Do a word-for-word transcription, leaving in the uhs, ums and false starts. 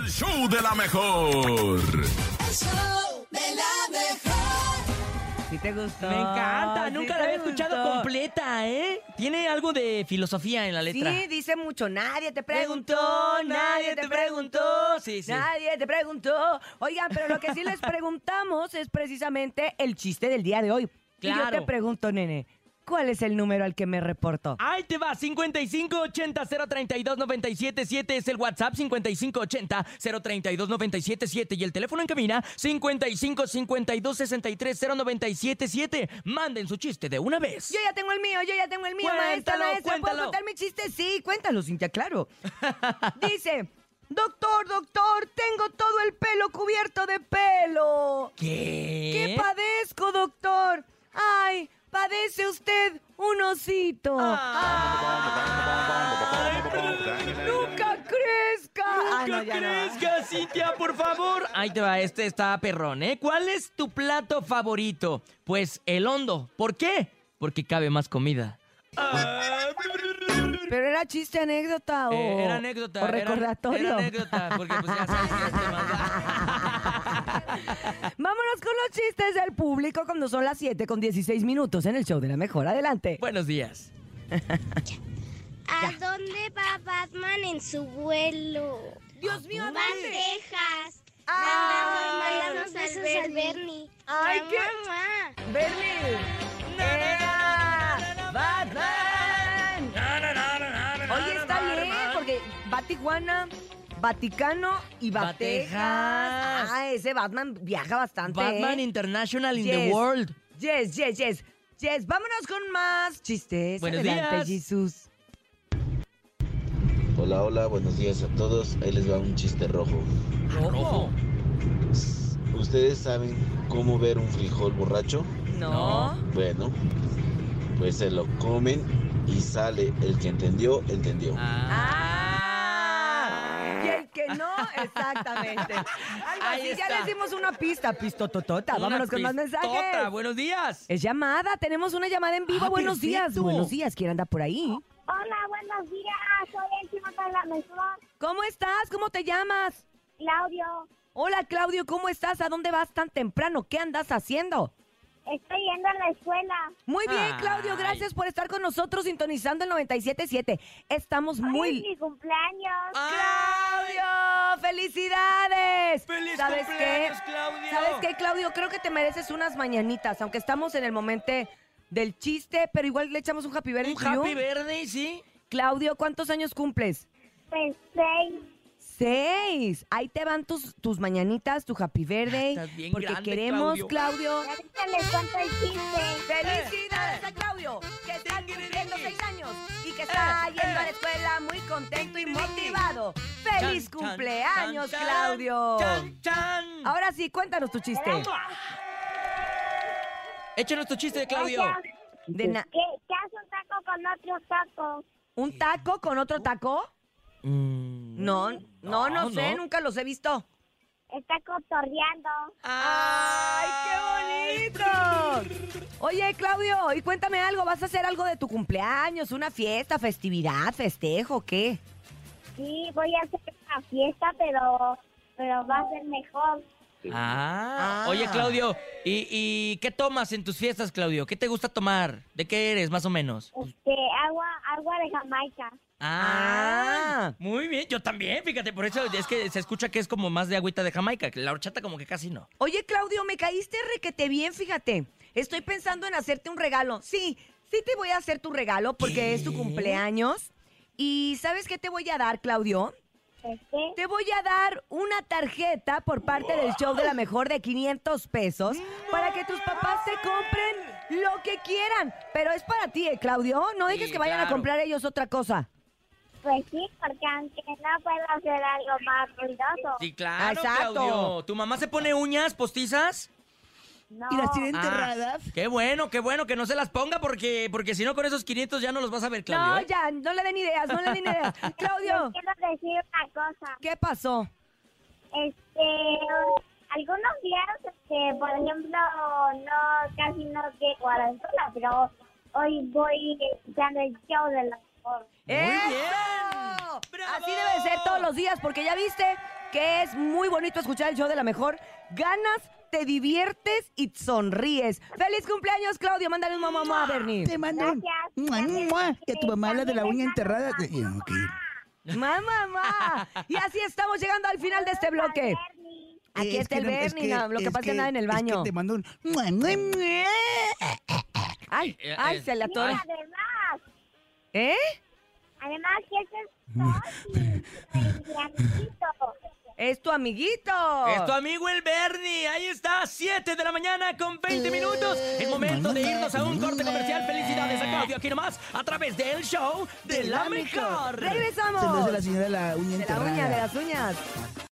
el show de la mejor. El show de la mejor. ¿Sí te gustó? Me encanta, ¿Sí nunca te la había escuchado gustó? completa, ¿eh? Tiene algo de filosofía en la letra. Sí, dice mucho. Nadie te preguntó, Preguntó, nadie te preguntó. Sí, sí. Nadie te preguntó. Oigan, pero lo que sí les preguntamos es precisamente el chiste del día de hoy. Y yo Claro. te pregunto, nene, ¿cuál es el número al que me reporto? Ahí te va, cincuenta y cinco ochenta cero treinta y dos noventa y siete siete es el WhatsApp, cincuenta y cinco ochenta cero treinta y dos noventa y siete siete y el teléfono en cabina, cincuenta y cinco cincuenta y dos sesenta y tres cero noventa y siete siete. Manden su chiste de una vez. Yo ya tengo el mío, yo ya tengo el mío, maestra, Cuéntalo, maestra. ¿Puedo cuéntalo. contar mi chiste? Sí, cuéntalo, Cintia, claro. Dice, doctor, doctor, tengo todo el pelo cubierto de pelo. ¿Qué? ¿Qué padezco, doctor? Ay, padece usted un osito. Ay, ¡Nunca crezca! Ah, ¡Nunca no, ya no. crezca, Cintia, por favor! Ahí te va, este está perrón, ¿eh? ¿Cuál es tu plato favorito? Pues el hondo. ¿Por qué? Porque cabe más comida. ¿Pero era chiste, anécdota o...? Eh, era anécdota. ¿O era- recordatorio? Era, anécdota, porque pues ya sabes que este más. Vámonos con los chistes del público cuando son las siete con dieciséis minutos en el show de la mejor. Adelante. Buenos días. ¿A dónde va Batman en su vuelo? Dios mío, ¿a Va a dónde? Texas. ¡Ay! Mandamos besos al Bernie. ¡Ay, Mamá, qué- mamá. ¡Bernie! ¡Ea! ¡Batman! Oye, está bien, porque va a Tijuana, Vaticano y va a Va a Texas. Texas. Ah, ese Batman viaja bastante, Batman ¿eh? International in the Yes. world. Yes, yes, yes. Yes, vámonos con más chistes. Buenos Adelante, días. Jesús. Hola, hola, buenos días a todos. Ahí les va un chiste rojo. Rojo. ¿Ustedes saben cómo ver un frijol borracho? No. Bueno, pues se lo comen y sale. El que entendió, entendió. Ah. Y el que no, exactamente. Algo Ahí así, ya está. les dimos una pista, pistototota. Una Vámonos con más pistota. mensajes. Buenos días. Es llamada, tenemos una llamada en vivo. Ah, Buenos días, perfecto. buenos días. ¿Quién anda por ahí? Hola, buenos días. Soy el chico de la mejor. ¿Cómo estás? ¿Cómo te llamas? Claudio, Hola, Claudio, ¿cómo estás? ¿A dónde vas tan temprano? ¿Qué andas haciendo? estoy yendo a la escuela. Muy bien, Ay. Claudio, gracias por estar con nosotros sintonizando el noventa y siete punto siete. Estamos Hoy es muy... mi cumpleaños. ¡Claudio! ¡Felicidades! ¡Feliz ¿Sabes cumpleaños, qué? Claudio! ¿Sabes qué, Claudio? Creo que te mereces unas mañanitas, aunque estamos en el momento del chiste, pero igual le echamos un happy birthday Un to you. happy birthday, ¿sí? Claudio, ¿cuántos años cumples? Pues seis. Seis. Ahí te van tus, tus mañanitas, tu happy birthday. Estás bien porque grande, queremos, Claudio. Claudio. Y ahorita les cuento el chiste. ¡Felicidades a Claudio! Que está cumpliendo seis años y que está yendo a la escuela muy contento y motivado. ¡Feliz Chan, chan, cumpleaños, chan, Claudio! ¡Chan, chan! Ahora sí, cuéntanos tu chiste. Échanos tu chiste, Claudio. Gracias. De na- ¿Qué, ¿Qué hace un taco con otro taco? ¿Un taco con otro taco? Mm, No, no, no, sé, no. nunca los he visto. Está cotorreando. ¡Ay, qué bonito! Oye, Claudio, y cuéntame algo, ¿vas a hacer algo de tu cumpleaños? ¿Una fiesta, festividad, festejo, qué? Sí, voy a hacer una fiesta, pero, pero va a ser mejor. Ah. Ah. Oye, Claudio, ¿y, ¿y qué tomas en tus fiestas, Claudio? ¿Qué te gusta tomar? ¿De qué eres, más o menos? Este, agua, agua de Jamaica. Ah, muy bien, yo también, fíjate, por eso es que se escucha que es como más de agüita de Jamaica, que la horchata como que casi no. Oye, Claudio, me caíste requete bien, fíjate. Estoy pensando en hacerte un regalo. Sí, sí te voy a hacer tu regalo porque ¿Qué? es tu cumpleaños. ¿Y sabes qué te voy a dar, Claudio? Este, Te voy a dar una tarjeta por parte del show de la mejor de quinientos pesos para que tus papás te compren lo que quieran. Pero es para ti, ¿eh, Claudio? No dejes Sí, que vayan claro. a comprar ellos otra cosa. pues sí, porque aunque no puedo hacer algo más ruidoso. Sí, claro, Exacto. Claudio. ¿Tu mamá se pone uñas postizas? No. Ah, qué bueno, qué bueno que no se las ponga porque, porque si no con esos quinientos ya no los vas a ver, Claudio. No, ¿eh? ya, no le den ideas, no le den ideas. Claudio, Les quiero decir una cosa. ¿qué pasó? Este, algunos días, este, por ejemplo, no, casi no llego a la escuela, pero hoy voy escuchando el show de la mejor. Muy ¡Eso! bien. ¡Bravo! Así debe ser todos los días, porque ya viste, que es muy bonito escuchar el show de la mejor. Ganas, te diviertes y sonríes. ¡Feliz cumpleaños, Claudio! Mándale un mamá a Bernie. Te mando un... Gracias. ¡Mua, mua! Y a tu mamá la de la uña También enterrada. besos a mi Eh, ok. ¡Mamá, mamá! Y así estamos llegando al final de este bloque. Bernie. Aquí Es está que el no- es Bernie, no, lo que es pasa es que nada en el es que baño. te mando un... ¡Mua, mua, mua! ¡Ay, Eh, ay, eh, se le Y atora! además, ¿Eh? además que ese es mi, mi amiguito. ¡Es tu amiguito! Es tu amigo el Bernie. Ahí está, siete de la mañana con veinte minutos. El momento de irnos a un corte comercial. Felicidades a Claudio aquí nomás a través del show de la mejor. ¡Regresamos! Se lo hace la señora la uña De la enterrada. uña, de las uñas.